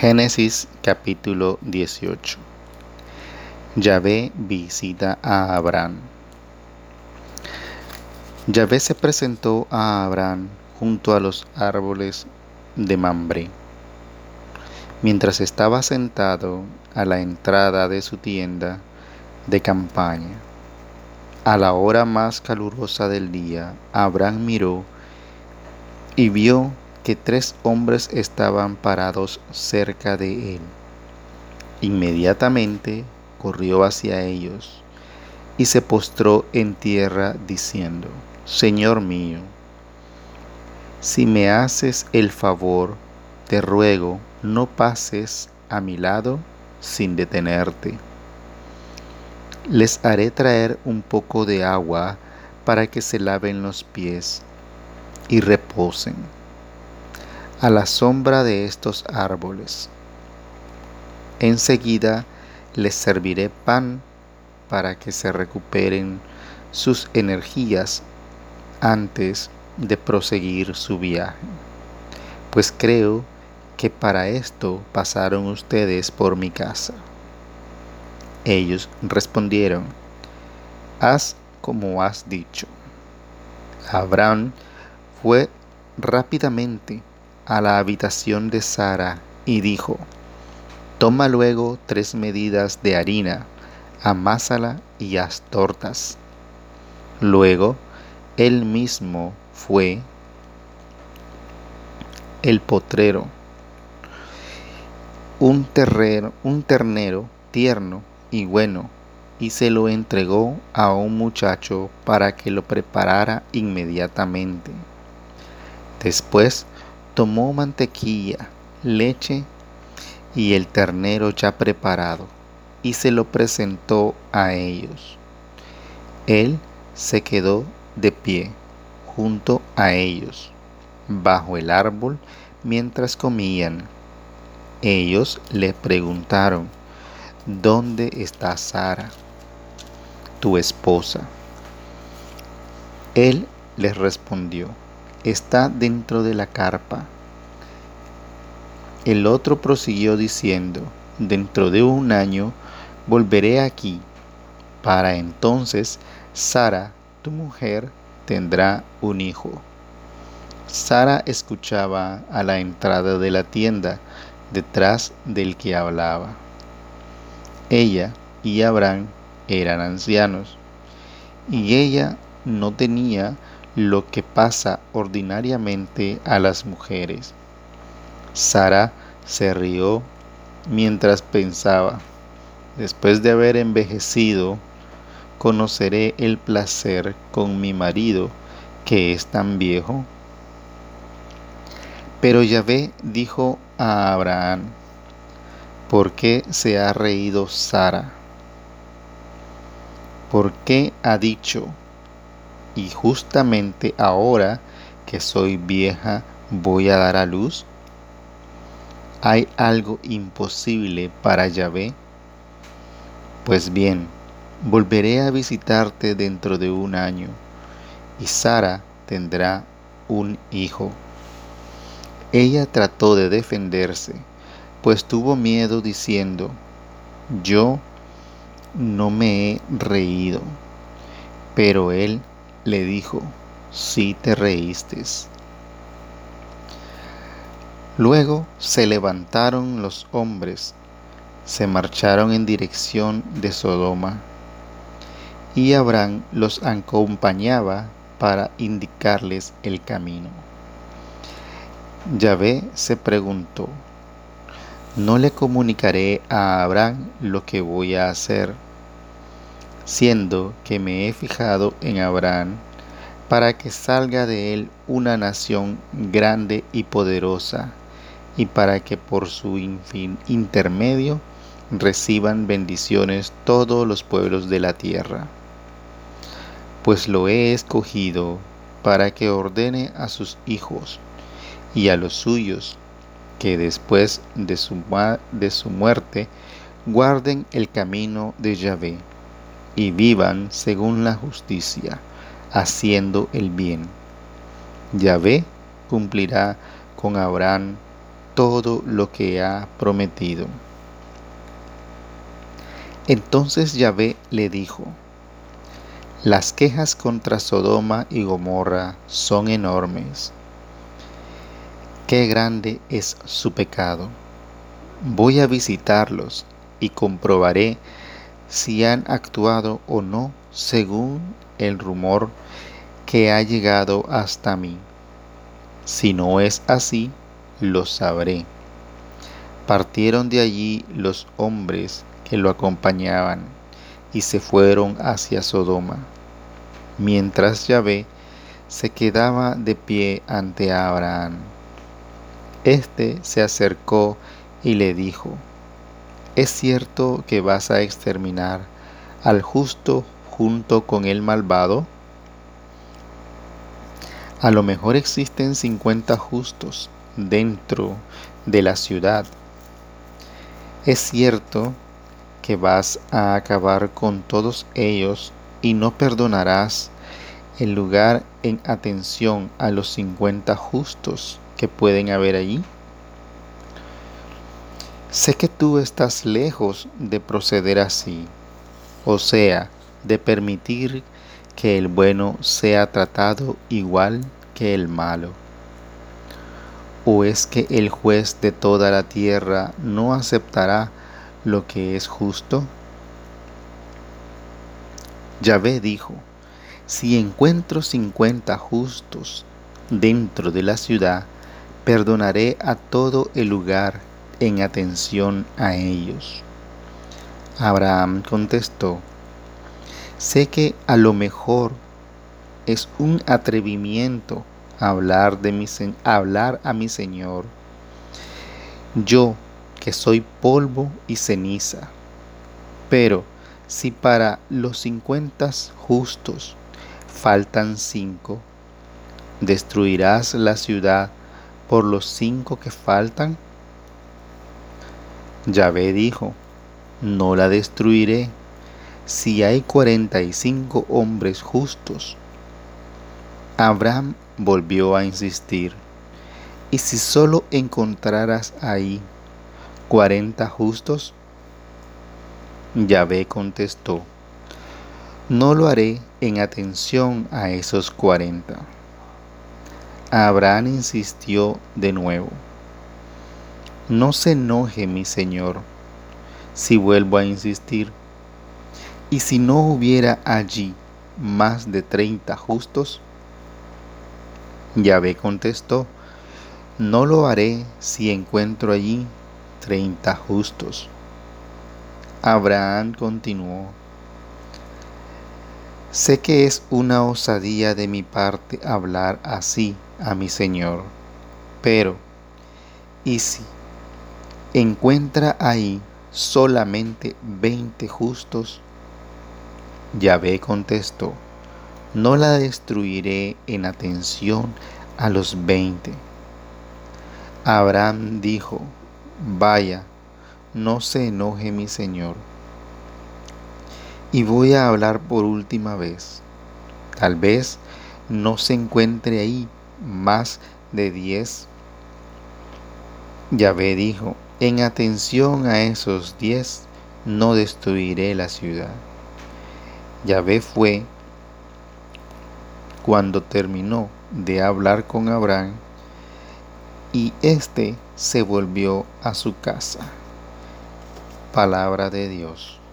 Génesis capítulo 18. Yahvé visita a Abraham. Yahvé se presentó a Abraham junto a los árboles de Mambré, mientras estaba sentado a la entrada de su tienda de campaña. A la hora más calurosa del día, Abraham miró y vio que 3 hombres estaban parados cerca de él. Inmediatamente corrió hacia ellos y se postró en tierra diciendo: Señor mío, si me haces el favor, te ruego, no pases a mi lado sin detenerte. Les haré traer un poco de agua para que se laven los pies y reposen a la sombra de estos árboles. Enseguida les serviré pan para que se recuperen sus energías antes de proseguir su viaje, pues creo que para esto pasaron ustedes por mi casa. Ellos respondieron: haz como has dicho. Abraham fue rápidamente a la habitación de Sara y dijo: toma luego 3 medidas de harina, amásala y haz tortas. Luego él mismo fue el potrero, un ternero tierno y bueno, y se lo entregó a un muchacho para que lo preparara inmediatamente. Después tomó mantequilla, leche y el ternero ya preparado, y se lo presentó a ellos. Él se quedó de pie junto a ellos, bajo el árbol, mientras comían. Ellos le preguntaron: ¿dónde está Sara, tu esposa? Él les respondió: está dentro de la carpa. El otro prosiguió diciendo: dentro de 1 año volveré aquí. Para entonces Sara, tu mujer, tendrá un hijo. Sara escuchaba a la entrada de la tienda, detrás del que hablaba. Ella y Abraham eran ancianos, y ella no tenía lo que pasa ordinariamente a las mujeres. Sara se rió mientras pensaba: después de haber envejecido, ¿conoceré el placer con mi marido, que es tan viejo? Pero Yahvé dijo a Abraham: ¿por qué se ha reído Sara? ¿Por qué ha dicho: y justamente ahora que soy vieja voy a dar a luz? ¿Hay algo imposible para Yahvé? Pues bien, volveré a visitarte dentro de 1 año, y Sara tendrá un hijo. Ella trató de defenderse, pues tuvo miedo diciendo: yo no me he reído. Pero él le dijo: sí te reíste. Luego se levantaron los hombres, se marcharon en dirección de Sodoma, y Abraham los acompañaba para indicarles el camino. Yahvé se preguntó: ¿no le comunicaré a Abraham lo que voy a hacer, siendo que me he fijado en Abraham, para que salga de él una nación grande y poderosa, y para que por su intermedio reciban bendiciones todos los pueblos de la tierra? Pues lo he escogido para que ordene a sus hijos y a los suyos que después de su muerte guarden el camino de Yahvé y vivan según la justicia, haciendo el bien. Yahvé cumplirá con Abraham todo lo que ha prometido. Entonces Yahvé le dijo: las quejas contra Sodoma y Gomorra son enormes. Qué grande es su pecado. Voy a visitarlos y comprobaré si han actuado o no según el rumor que ha llegado hasta mí. Si no es así, lo sabré. Partieron de allí los hombres que lo acompañaban y se fueron hacia Sodoma, mientras Yahvé se quedaba de pie ante Abraham. Este se acercó y le dijo: ¿es cierto que vas a exterminar al justo junto con el malvado? A lo mejor existen 50 justos dentro de la ciudad. Es cierto que vas a acabar con todos ellos y no perdonarás el lugar en atención a los 50 justos que pueden haber allí. Sé que tú estás lejos de proceder así, o sea, de permitir que el bueno sea tratado igual que el malo. ¿O es que el juez de toda la tierra no aceptará lo que es justo? Yahvé dijo: si encuentro 50 justos dentro de la ciudad, perdonaré a todo el lugar en atención a ellos. Abraham contestó: sé que a lo mejor es un atrevimiento hablar a mi Señor, yo que soy polvo y ceniza. Pero si para los 50 justos faltan 5, ¿destruirás la ciudad por los 5 que faltan? Yahvé dijo: no la destruiré si hay 45 hombres justos. Abraham volvió a insistir: ¿y si solo encontraras ahí 40 justos? Yahvé contestó: no lo haré en atención a esos 40. Abraham insistió de nuevo: no se enoje mi señor si vuelvo a insistir. ¿Y si no hubiera allí más de 30 justos? Yahvé contestó: no lo haré si encuentro allí 30 justos. Abraham continuó: sé que es una osadía de mi parte hablar así a mi Señor, pero ¿y si encuentra ahí solamente 20 justos? Yahvé contestó: no la destruiré en atención a los 20. Abraham dijo: vaya, no se enoje mi señor. Y voy a hablar por última vez. Tal vez no se encuentre ahí más de 10. Yahvé dijo: en atención a esos 10, no destruiré la ciudad. Yahvé fue cuando terminó de hablar con Abraham, y éste se volvió a su casa. Palabra de Dios.